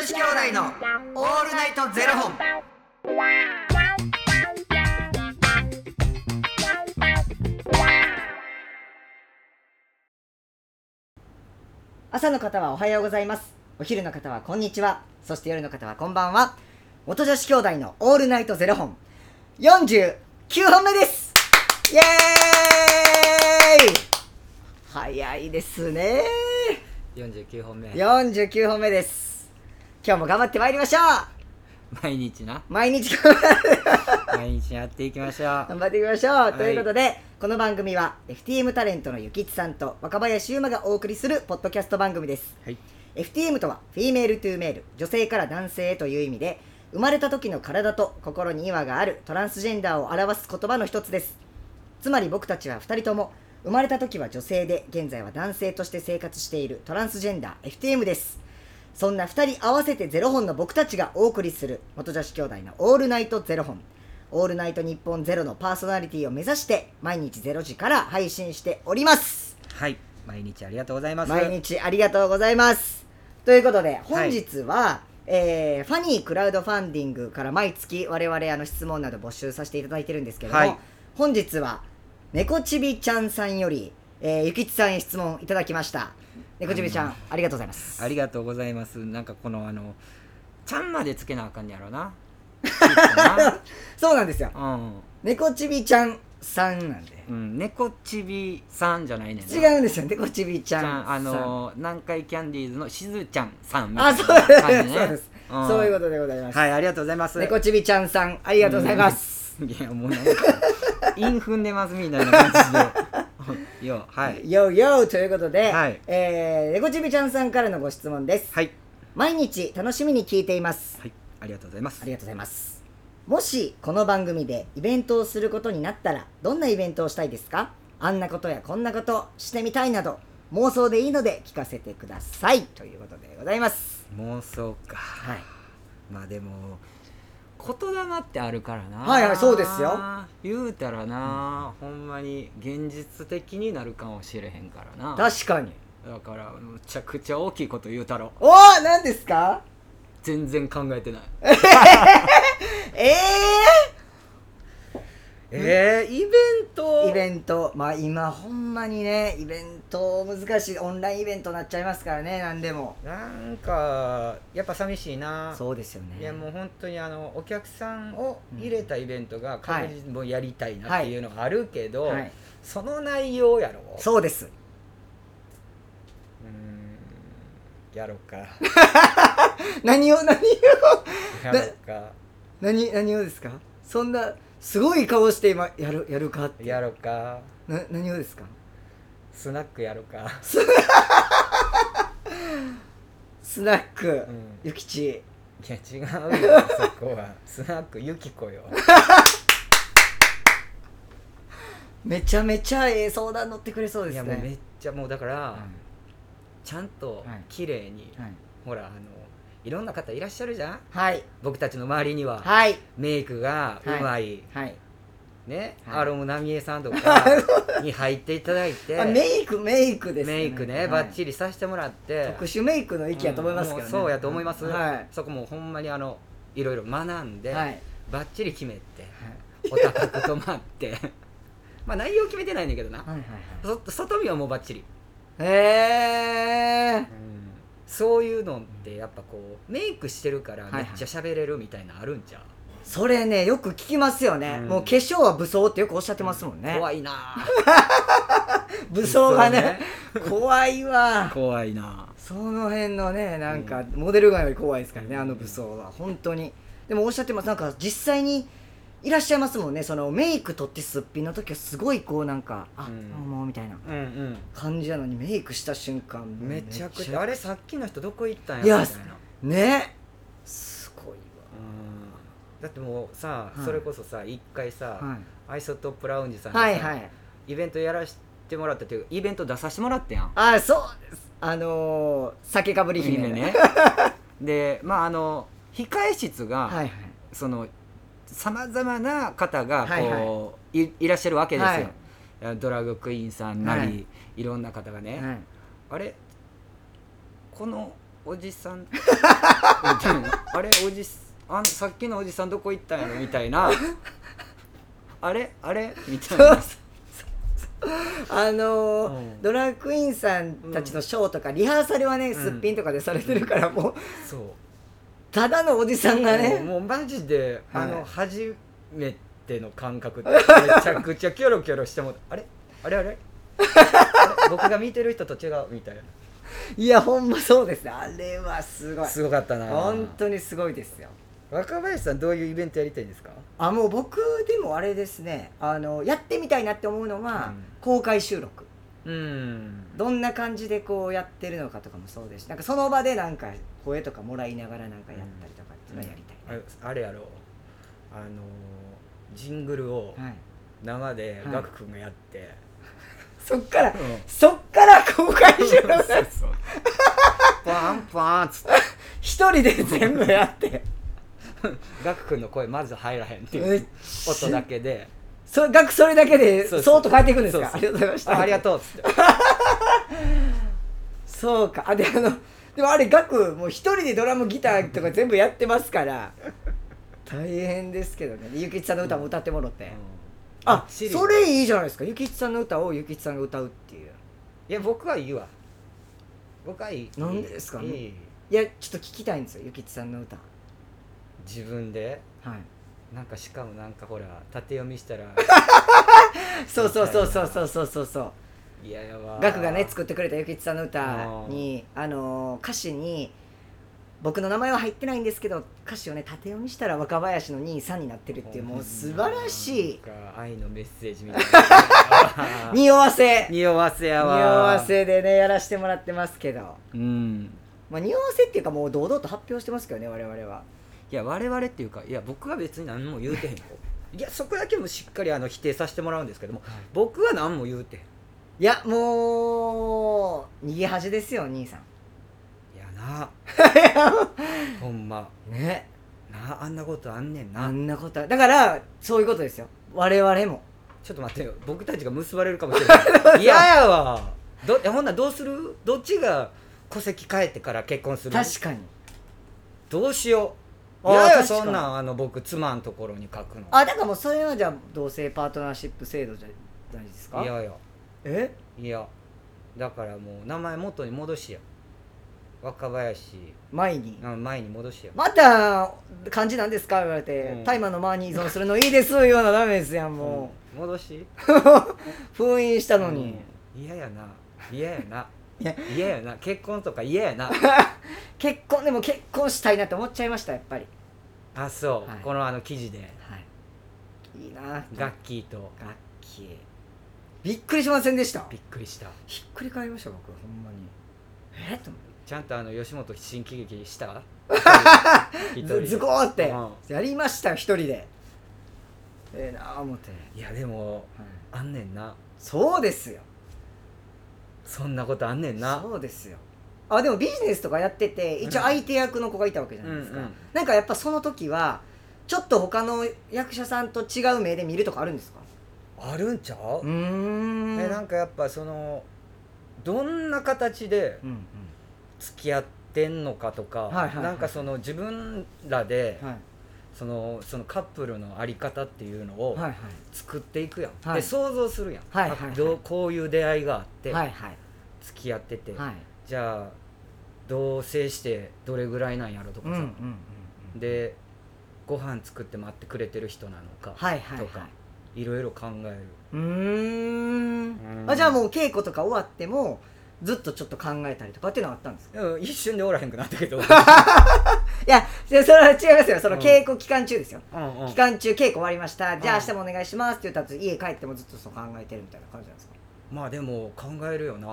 子兄弟のオールナイトゼロ本。 朝の方はおはようございます。お昼の方はこんにちは。そして夜の方はこんばんは。元女子兄弟のオールナイトゼロ本49本目です。イエーイ。早いですね。 49本目。 49本目です。今日も頑張ってまいりましょう。 毎日毎日やっていきましょう。 頑張っていきましょう、はい、ということでこの番組は FTM タレントのゆきちさんと若林優馬がお送りするポッドキャスト番組です、はい、FTM とはフィメールトゥーメール、女性から男性へという意味で、生まれた時の体と心に違和があるトランスジェンダーを表す言葉の一つです。つまり僕たちは2人とも生まれた時は女性で現在は男性として生活しているトランスジェンダー FTM です。そんな2人合わせてゼロ本の僕たちがお送りする元女子兄弟のオールナイトゼロ本、オールナイト日本ゼロのパーソナリティを目指して毎日0時から配信しております。 はい、毎日ありがとうございます。 毎日ありがとうございます。ということで本日は、ファニークラウドファンディングから毎月我々質問など募集させていただいてるんですけども、はい、本日は猫ちびちゃんさんより、ゆきちさんへ質問いただきました。猫ちびちゃん、ありがとうございます。 ありがとうございます。なんかこのちゃんまでつけなあかんやろなそうなんですよ、 うん、 猫ちびちゃんさんなんで、 猫ちびさんじゃないねんな。 違うんですよ、猫ちびちゃんさん。南海キャンディーズのしずちゃんさんみたいな感じね。 そうです、そういうことでございます。 はい、ありがとうございます。 猫ちびちゃんさん、ありがとうございます。 いや、もうなんか韻踏んでますみたいな感じでよ、はい、 よということで、 はい、 猫ちびちゃんさんからのご質問です。 はい、 毎日楽しみに聞いています。 はい、ありがとうございます。 ありがとうございます。もしこの番組でイベントをすることになったらどんなイベントをしたいですか？あんなことやこんなことしてみたいなど妄想でいいので聞かせてください、ということでございます。 妄想か。はい。まあでも言霊ってあるからな。 はいはい、そうですよ。 言うたらな、ほんまに現実的になるかもしれへんからな。 確かに。 だからむちゃくちゃ大きいこと言うたろ。 おー、何ですか？ 全然考えてない。イベント、まあ今ほんまにね、イベント難しい、オンラインイベントになっちゃいますからね、なんでも。 なんかやっぱ寂しいな。 そうですよね。 いやもう本当にお客さんを入れたイベントが確実にもやりたいなっていうのがあるけど、はいはい、その内容やろ。 そうです。 やろうか。 何をやろうか。 何をですか？そんなすごい顔して今やるかって。 やろうか。 何をですか？ スナックやろうか。 スナック、ゆきち。いや違うよ、そこはスナックゆきこよ。 めちゃめちゃ相談乗ってくれそうですね。 いやもうめっちゃもうだから、ちゃんと綺麗に、ほらいろんな方いらっしゃるじゃん、はい、僕たちの周りには、はい、メイクがうまい、はい、ね、アロムナミエさんとかに入っていただいてメイクですね。 メイクね、バッチリさせてもらって、 特殊メイクの域やと思いますけどね、 そうやと思います、そこもほんまにいろいろ学んで、バッチリ決めて、お高く泊まってまあ内容決めてないんだけどな、外見はもうバッチリ。そういうのってやっぱこうメイクしてるからめっちゃ喋れるみたいなあるんちゃう？ それね、よく聞きますよね、もう化粧は武装ってよくおっしゃってますもんね、 怖いな武装がね怖いわ。 怖いな、 その辺のね、なんかモデルガンより怖いですからね、あの武装は本当に。でもおっしゃってます、なんか実際にいらっしゃいますもんね、そのメイク取ってすっぴんの時はすごいこうなんかもうみたいな感じなのに、メイクした瞬間めちゃくちゃ、あれさっきの人どこ行ったんやみたいなね、すごいわ。 だってもうさ、それこそさ一回さ、アイソトップラウンジさんにさ、イベントやらせてもらったっていうイベント出させてもらってやん。 そうです、酒かぶり姫ねでまあ控え室が、そのさまざまな方がこう、いらっしゃるわけですよ、ドラッグクイーンさんなり、いろんな方がね、あれこのおじさんみたいなあれさっきのおじさんどこ行ったんやろみたいなあれみたいなドラッグクイーンさんたちのショーとか、リハーサルはね、すっぴんとかでされてるからもう、そうただのおじさんがね、 もうマジで初めての感覚でめちゃくちゃキョロキョロしてもあれ僕が見てる人と違うみたいな。 いやほんまそうですね、あれはすごかったな、 本当にすごいですよ。 若林さんどういうイベントやりたいんですか？ もう僕でもあれですね、やってみたいなって思うのは、公開収録、どんな感じでこうやってるのかとかもそうですし、なんかその場でなんか声とかもらいながらなんかやったりとかっていうのはやりたい、 あれやろ、ジングルを生でガク君がやって、 そっから公開収録パンパンっつって一人で全部やってガク君の声まず入らへんっていう音だけで、 それだけでそうと変えていくんですか？ありがとうございました。 ありがとうっつってそうか。でもあれガクもう一人でドラムギターとか全部やってますから大変ですけどね。ゆきちさんの歌も歌ってもろて、それいいじゃないですか。ゆきちさんの歌をゆきちさんが歌うっていう。 いや僕はいいわ。僕はいい。 なんでですかね。いやちょっと聞きたいんですよ、ゆきちさんの歌。 自分で、なんかしかもなんかほら縦読みしたらそういやわ、 ガクがね作ってくれたゆきちさんの歌に歌詞に僕の名前は入ってないんですけど、歌詞をね縦読みしたら若林の兄さんになってるっていう、もう素晴らしい愛のメッセージみたいな匂わせやわ、 匂わせでねやらせてもらってますけど、まあ匂わせっていうかもう堂々と発表してますけどね、我々は。 いや我々っていうか、いや僕は別に何も言うてへんよいやそこだけもしっかり否定させてもらうんですけども、僕は何も言うてへん。 いやもう逃げ恥ですよ兄さん。 いやなほんまね、 あんなことあんねんな。 あんなことだからそういうことですよ。我々もちょっと待ってよ、僕たちが結ばれるかもしれない嫌やわ。ほんならどうする？どっちが戸籍変えてから結婚する？ 確かにどうしよう。いやそんなん僕妻のところに書くの。 だからもうそれはじゃあ同性パートナーシップ制度じゃないですか？ いやいやだからもう名前元に戻しや。若林前に戻しや。 また漢字なんですか言われて、大麻の間に依存するのいいです言わなダメですやんもう、戻し封印したのに、 嫌やな結婚とか嫌やなでも結婚したいなって思っちゃいました、やっぱり。 そう、この記事で、 いいなガッキーとびっくりしませんでした？ びっくりした。 ひっくり返りました僕、ほんまにと思って。 ちゃんと吉本新喜劇したズコーってやりましたよ一人で。なあ思って。 いやでも、あんねんな。 そうですよ、 そんなことあんねんな。 そうですよ。でもビジネスとかやってて一応相手役の子がいたわけじゃないですか、なんかやっぱその時はちょっと他の役者さんと違う目で見るとかあるんですか？ あるんちゃう？なんかやっぱどんな形で付き合ってんのかとか、なんか自分らで、そのカップルのあり方っていうのを作っていくやん、で想像するやん、こういう出会いがあって、付き合ってて、じゃあ同棲してどれぐらいなんやろとかさ、でご飯作って待ってくれてる人なのかとか、いろいろ考える。じゃあもう稽古とか終わってもずっとちょっと考えたりとかっていうのはあったんですか？ 一瞬でおらへんくなったけどいやそれは違いますよ。その稽古期間中ですよ、期間中稽古終わりました、じゃあ明日もお願いしますって言ったら家帰ってもずっとそう考えてるみたいな感じなんですか？ まあでも考えるよな。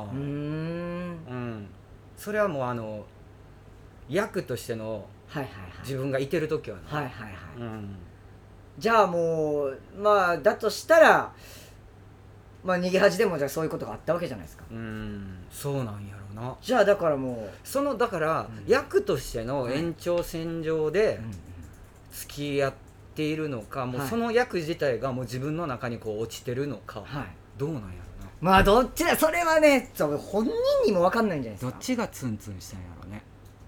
それはもう役としての自分がいてる時はな。じゃあもうまあだとしたら逃げ恥でもじゃあそういうことがあったわけじゃないですか。 そうなんやろな。 じゃあだからもうだから、役としての延長線上で付き合っているのか、もうその役自体がもう自分の中にこう落ちてるのか、どうなんやろな。 まあどっちだ、それはね本人にも分かんないんじゃないですか。 どっちがツンツンしたんやろね。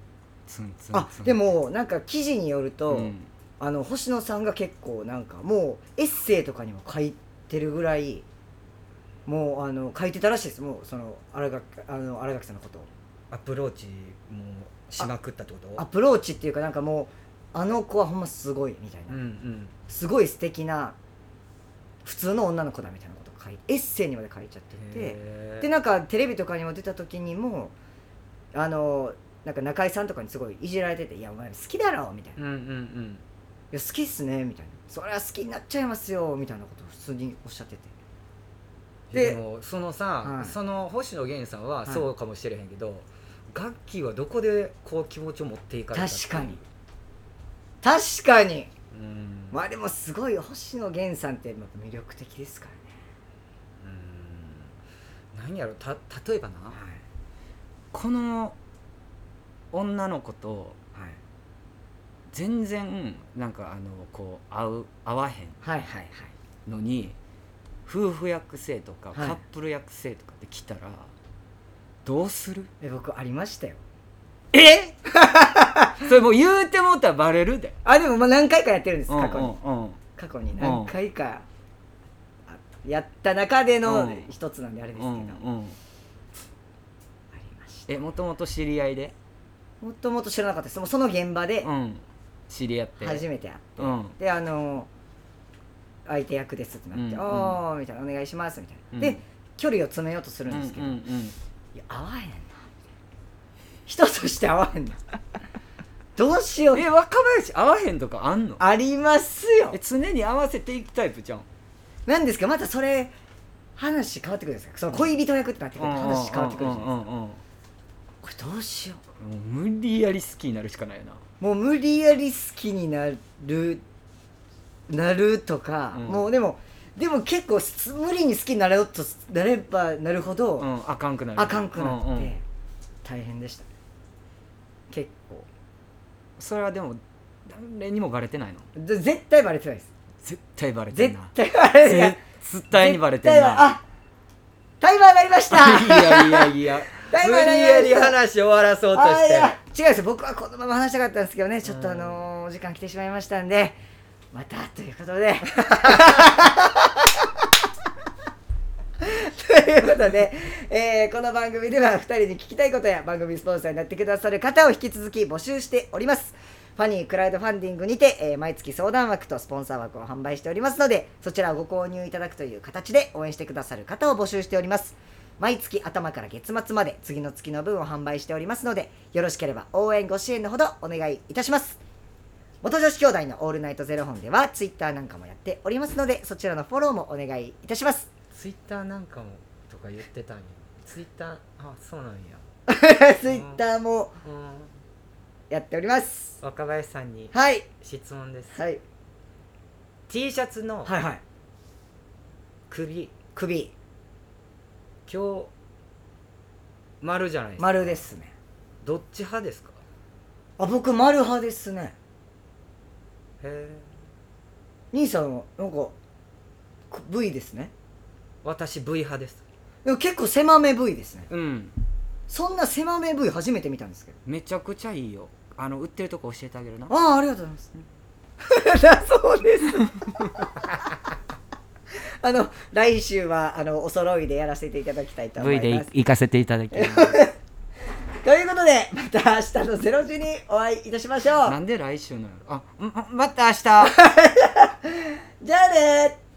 ツンツンツン。 あでもなんか記事によると、星野さんが結構なんかもうエッセイとかにも書いてるぐらいもう書いてたらしいです。もうその新垣さんのことをアプローチもしまくったってこと？ アプローチっていうかなんかもう子はほんますごいみたいな、すごい素敵な普通の女の子だみたいなことをエッセイにまで書いちゃってて、でなんかテレビとかにも出た時にもなんか中居さんとかにすごいいじられてて、いやお前好きだろみたいな、いや好きっすねみたいな、それは好きになっちゃいますよみたいなことを普通におっしゃってて、でもそのさ、その星野源さんはそうかもしれへんけど、ガッキーはどこでこう気持ちを持っていかれた？ 確かに、まあでもすごい星野源さんって魅力的ですからね。 何やろ、例えばな、この女の子と全然なんかこう合わへんのに、夫婦役性とかカップル役性とかって来たらどうする？ 僕ありましたよ。 それもう言うてもうたらバレるで。 でも何回かやってるんです、過去に何回かやった中での一つなんであれですけど、ありました。 もともと知り合いで？ もともと知らなかったです。もうその現場で知り合って初めて会って、で相手役ですってなって、おーみたいな、お願いしますみたいな、で距離を詰めようとするんですけど、いや合わへんな、人として合わへんなどうしよう。 若林合わへんとかあんの？ ありますよ。 常に合わせていくタイプじゃん。 なんですか、またそれ話変わってくるんですか。その恋人役ってなってくると話変わってくるじゃないですか。これどうしよう。もう無理やり好きになるしかないな。 もう無理やり好きになるとか、もうでも結構無理に好きになろうとなればなるほど、 あかんくなって大変でした。結構それはでも誰にもバレてないの？ 絶対バレてないです。 絶対バレてんな。 絶対バレてない。 絶対にバレてんな。 タイマーがありましたいや無理やり話終わらそうとして。 違うんですよ、僕はこのまま話したかったんですけどね、ちょっとお時間来てしまいましたんで、またということでということで、この番組では2人に聞きたいことや番組スポンサーになってくださる方を引き続き募集しております。ファニークラウドファンディングにて、毎月相談枠とスポンサー枠を販売しておりますので、そちらをご購入いただくという形で応援してくださる方を募集しております。毎月頭から月末まで次の月の分を販売しておりますので、よろしければ応援ご支援のほどお願いいたします。元女子兄弟のオールナイトゼロ本ではツイッターなんかもやっておりますので、そちらのフォローもお願いいたします。 ツイッターなんかもとか言ってたんや。ツイッター、そうなんやツイッターもやっております。 若林さんに質問です。T シャツの首今日丸じゃないですか。 丸ですね。 どっち派ですか？ 僕丸派ですね。 へえ。 兄さんはなんか V ですね。 私 V 派です。 でも結構狭め V ですね。 うんそんな狭め V 初めて見たんですけど、 めちゃくちゃいいよ。売ってるとこ教えてあげるな。 ありがとうございます、だそうです来週はお揃いでやらせていただきたいと思います。 V で行かせていただきますということでまた明日の0時にお会いいたしましょう。 なんで来週のまた明日じゃあね。